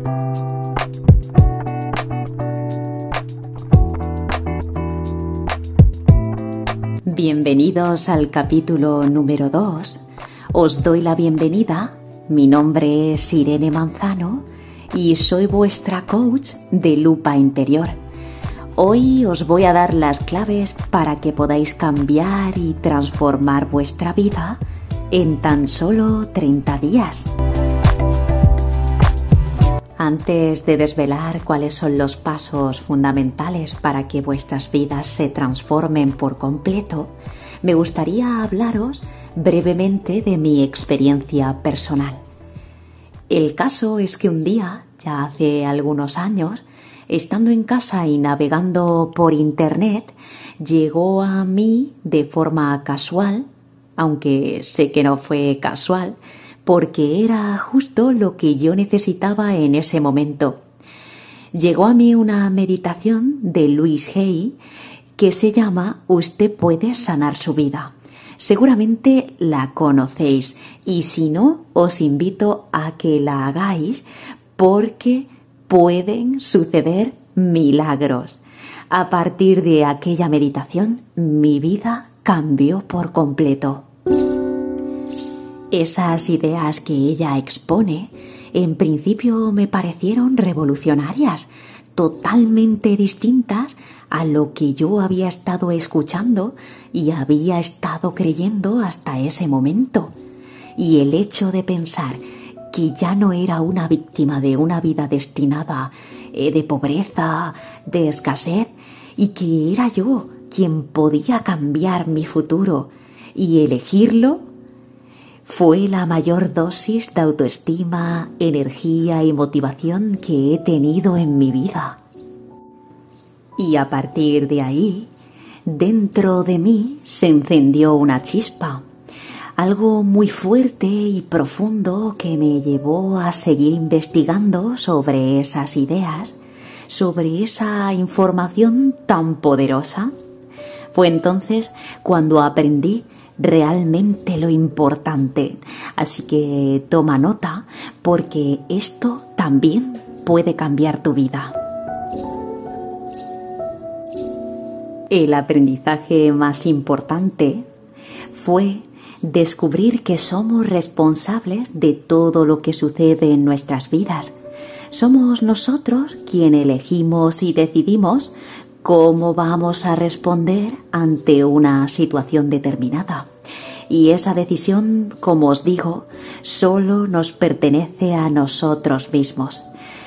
Bienvenidos al capítulo número 2. Os doy la bienvenida. Mi nombre es Irene Manzano y soy vuestra coach de Lupa Interior. Hoy os voy a dar las claves para que podáis cambiar y transformar vuestra vida en tan solo 30 días. Antes de desvelar cuáles son los pasos fundamentales para que vuestras vidas se transformen por completo, me gustaría hablaros brevemente de mi experiencia personal. El caso es que un día, ya hace algunos años, estando en casa y navegando por internet, llegó a mí de forma casual, aunque sé que no fue casual, porque era justo lo que yo necesitaba en ese momento. Llegó a mí una meditación de Louise Hay que se llama Usted puede sanar su vida. Seguramente la conocéis y si no, os invito a que la hagáis porque pueden suceder milagros. A partir de aquella meditación, mi vida cambió por completo. Esas ideas que ella expone, en principio me parecieron revolucionarias, totalmente distintas a lo que yo había estado escuchando y había estado creyendo hasta ese momento. Y el hecho de pensar que ya no era una víctima de una vida destinada de pobreza, de escasez, y que era yo quien podía cambiar mi futuro y elegirlo, fue la mayor dosis de autoestima, energía y motivación que he tenido en mi vida. Y a partir de ahí, dentro de mí se encendió una chispa, algo muy fuerte y profundo que me llevó a seguir investigando sobre esas ideas, sobre esa información tan poderosa. Fue entonces cuando aprendí realmente lo importante. Así que toma nota porque esto también puede cambiar tu vida. El aprendizaje más importante fue descubrir que somos responsables de todo lo que sucede en nuestras vidas. Somos nosotros quienes elegimos y decidimos cómo vamos a responder ante una situación determinada. Y esa decisión, como os digo, solo nos pertenece a nosotros mismos.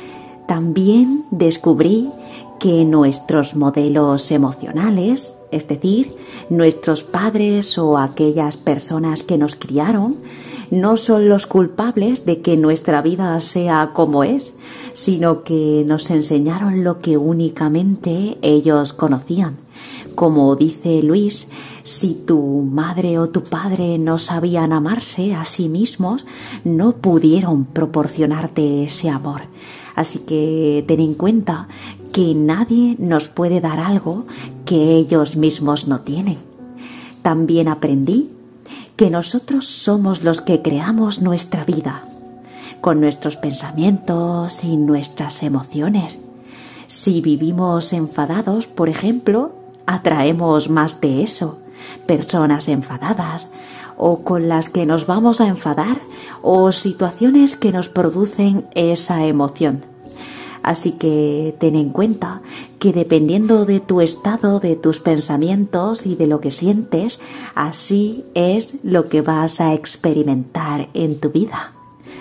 También descubrí que nuestros modelos emocionales, es decir, nuestros padres o aquellas personas que nos criaron, no son los culpables de que nuestra vida sea como es, sino que nos enseñaron lo que únicamente ellos conocían. Como dice Luis, si tu madre o tu padre no sabían amarse a sí mismos, no pudieron proporcionarte ese amor. Así que ten en cuenta que nadie nos puede dar algo que ellos mismos no tienen. También aprendí que nosotros somos los que creamos nuestra vida, con nuestros pensamientos y nuestras emociones. Si vivimos enfadados, por ejemplo, atraemos más de eso, personas enfadadas, o con las que nos vamos a enfadar, o situaciones que nos producen esa emoción. Así que ten en cuenta que dependiendo de tu estado, de tus pensamientos y de lo que sientes, así es lo que vas a experimentar en tu vida.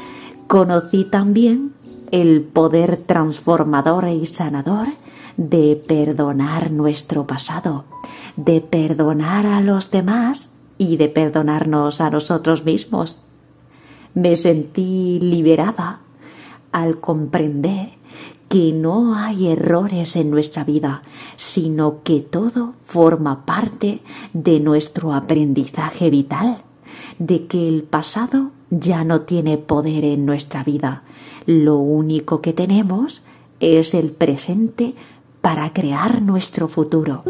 Conocí también el poder transformador y sanador de perdonar nuestro pasado, de perdonar a los demás y de perdonarnos a nosotros mismos. Me sentí liberada al comprender que no hay errores en nuestra vida, sino que todo forma parte de nuestro aprendizaje vital, de que el pasado ya no tiene poder en nuestra vida. Lo único que tenemos es el presente para crear nuestro futuro.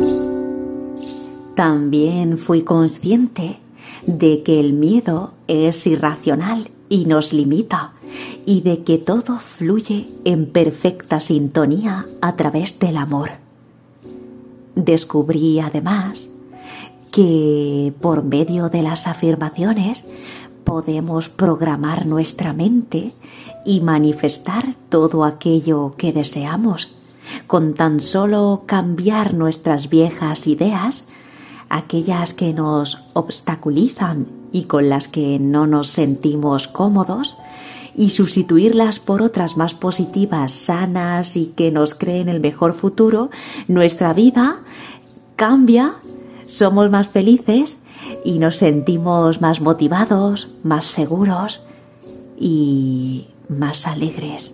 También fui consciente de que el miedo es irracional y nos limita, y de que todo fluye en perfecta sintonía a través del amor. Descubrí además que por medio de las afirmaciones podemos programar nuestra mente y manifestar todo aquello que deseamos, con tan solo cambiar nuestras viejas ideas, aquellas que nos obstaculizan y con las que no nos sentimos cómodos, y sustituirlas por otras más positivas, sanas y que nos creen el mejor futuro. Nuestra vida cambia, somos más felices y nos sentimos más motivados, más seguros y más alegres.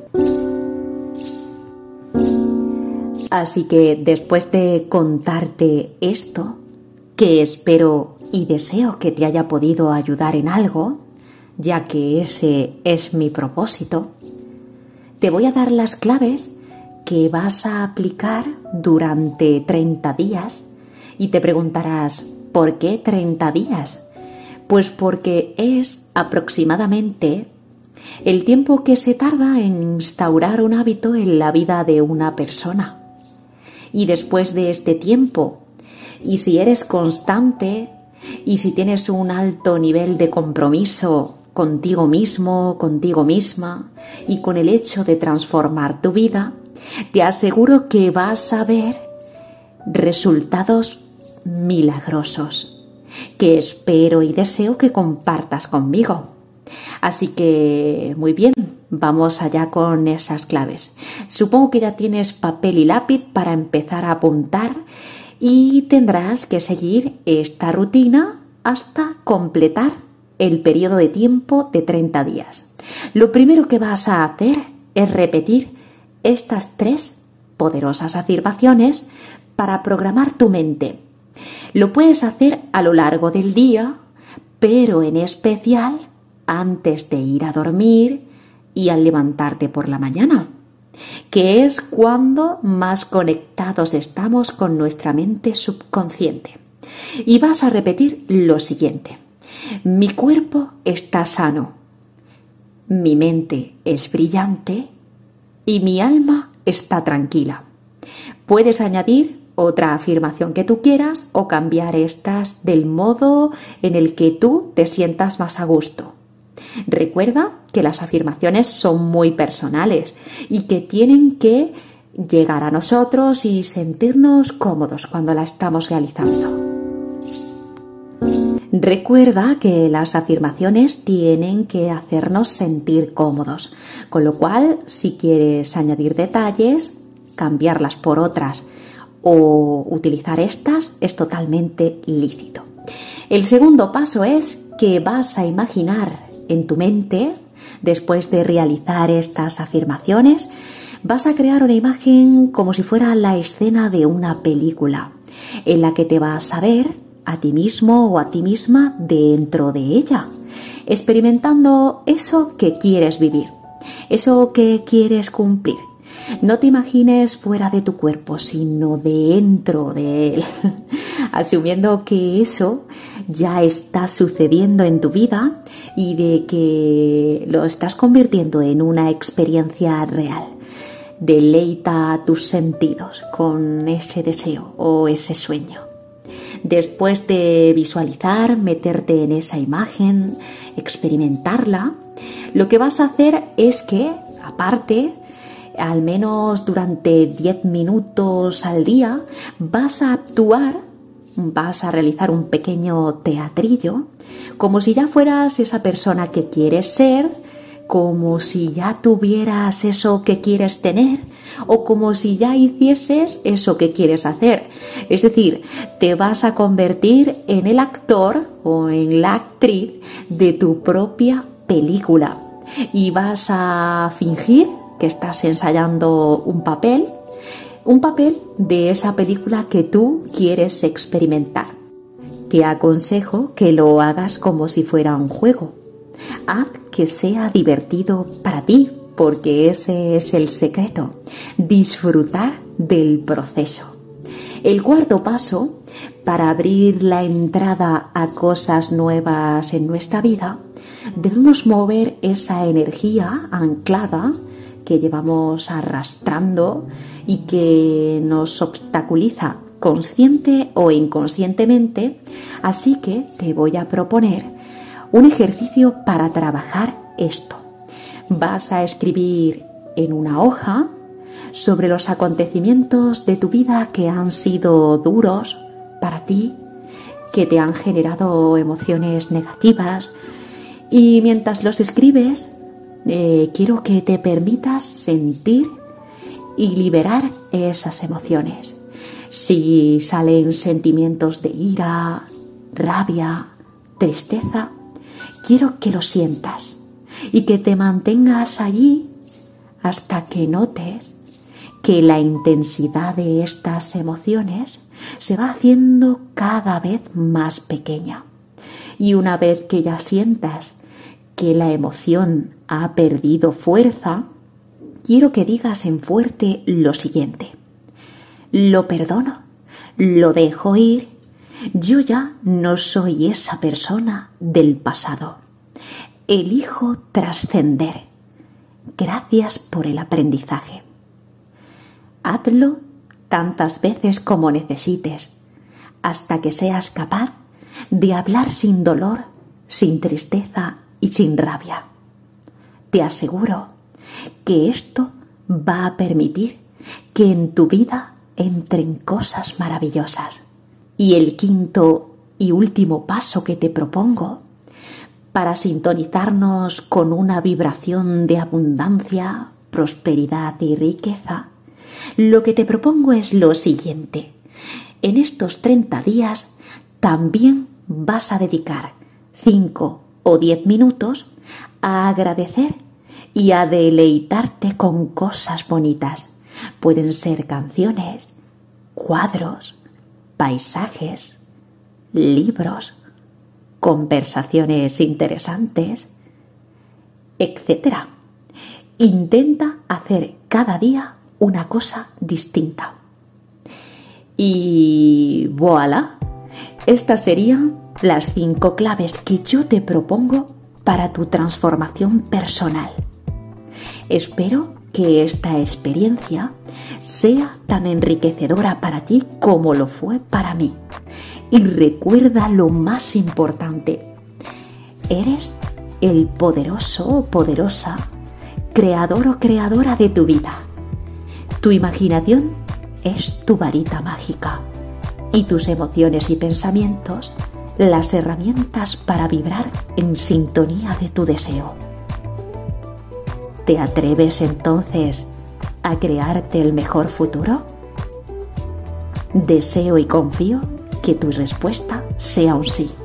Así que después de contarte esto, que espero y deseo que te haya podido ayudar en algo, ya que ese es mi propósito, te voy a dar las claves que vas a aplicar durante 30 días y te preguntarás, ¿por qué 30 días? Pues porque es aproximadamente el tiempo que se tarda en instaurar un hábito en la vida de una persona. Y después de este tiempo, y si eres constante, y si tienes un alto nivel de compromiso contigo mismo, contigo misma, y con el hecho de transformar tu vida, te aseguro que vas a ver resultados milagrosos, que espero y deseo que compartas conmigo. Así que, muy bien, vamos allá con esas claves. Supongo que ya tienes papel y lápiz para empezar a apuntar y tendrás que seguir esta rutina hasta completar el periodo de tiempo de 30 días. Lo primero que vas a hacer es repetir estas 3 poderosas afirmaciones para programar tu mente. Lo puedes hacer a lo largo del día, pero en especial antes de ir a dormir y al levantarte por la mañana, que es cuando más conectados estamos con nuestra mente subconsciente. Y vas a repetir lo siguiente: mi cuerpo está sano, mi mente es brillante y mi alma está tranquila. Puedes añadir otra afirmación que tú quieras o cambiar estas del modo en el que tú te sientas más a gusto. Recuerda que las afirmaciones son muy personales y que tienen que llegar a nosotros y sentirnos cómodos cuando la estamos realizando. Recuerda que las afirmaciones tienen que hacernos sentir cómodos, con lo cual, si quieres añadir detalles, cambiarlas por otras o utilizar estas, es totalmente lícito. El segundo paso es que vas a imaginar en tu mente, después de realizar estas afirmaciones, vas a crear una imagen como si fuera la escena de una película, en la que te vas a ver a ti mismo o a ti misma dentro de ella, experimentando eso que quieres vivir, eso que quieres cumplir. No te imagines fuera de tu cuerpo, sino dentro de él, asumiendo que eso ya está sucediendo en tu vida y de que lo estás convirtiendo en una experiencia real. Deleita tus sentidos con ese deseo o ese sueño. Después de visualizar, meterte en esa imagen, experimentarla, lo que vas a hacer es que, aparte, al menos durante 10 minutos al día, vas a actuar, vas a realizar un pequeño teatrillo, como si ya fueras esa persona que quieres ser, como si ya tuvieras eso que quieres tener o como si ya hicieses eso que quieres hacer. Es decir, te vas a convertir en el actor o en la actriz de tu propia película y vas a fingir que estás ensayando un papel de esa película que tú quieres experimentar. Te aconsejo que lo hagas como si fuera un juego. Haz que sea divertido para ti, porque ese es el secreto, disfrutar del proceso. El cuarto paso para abrir la entrada a cosas nuevas en nuestra vida Debemos mover esa energía anclada que llevamos arrastrando y que nos obstaculiza consciente o inconscientemente, así que te voy a proponer un ejercicio para trabajar esto. Vas a escribir en una hoja sobre los acontecimientos de tu vida que han sido duros para ti, que te han generado emociones negativas, y mientras los escribes, quiero que te permitas sentir y liberar esas emociones. Si salen sentimientos de ira, rabia, tristeza, quiero que lo sientas y que te mantengas allí hasta que notes que la intensidad de estas emociones se va haciendo cada vez más pequeña. Y una vez que ya sientas que la emoción ha perdido fuerza, quiero que digas en fuerte lo siguiente: lo perdono, lo dejo ir, yo ya no soy esa persona del pasado. Elijo trascender. Gracias por el aprendizaje. Hazlo tantas veces como necesites, hasta que seas capaz de hablar sin dolor, sin tristeza y sin rabia. Te aseguro que esto va a permitir que en tu vida entren cosas maravillosas. Y el quinto y último paso que te propongo para sintonizarnos con una vibración de abundancia, prosperidad y riqueza, lo que te propongo es lo siguiente. En estos 30 días también vas a dedicar 5 o 10 minutos a agradecer y a deleitarte con cosas bonitas. Pueden ser canciones, cuadros, paisajes, libros, conversaciones interesantes, etc. Intenta hacer cada día una cosa distinta. Y voilà, estas serían las 5 claves que yo te propongo para tu transformación personal. Espero que esta experiencia sea tan enriquecedora para ti como lo fue para mí. Y recuerda lo más importante: eres el poderoso o poderosa creador o creadora de tu vida. Tu imaginación es tu varita mágica y tus emociones y pensamientos las herramientas para vibrar en sintonía de tu deseo. ¿Te atreves entonces a crearte el mejor futuro? Deseo y confío que tu respuesta sea un sí.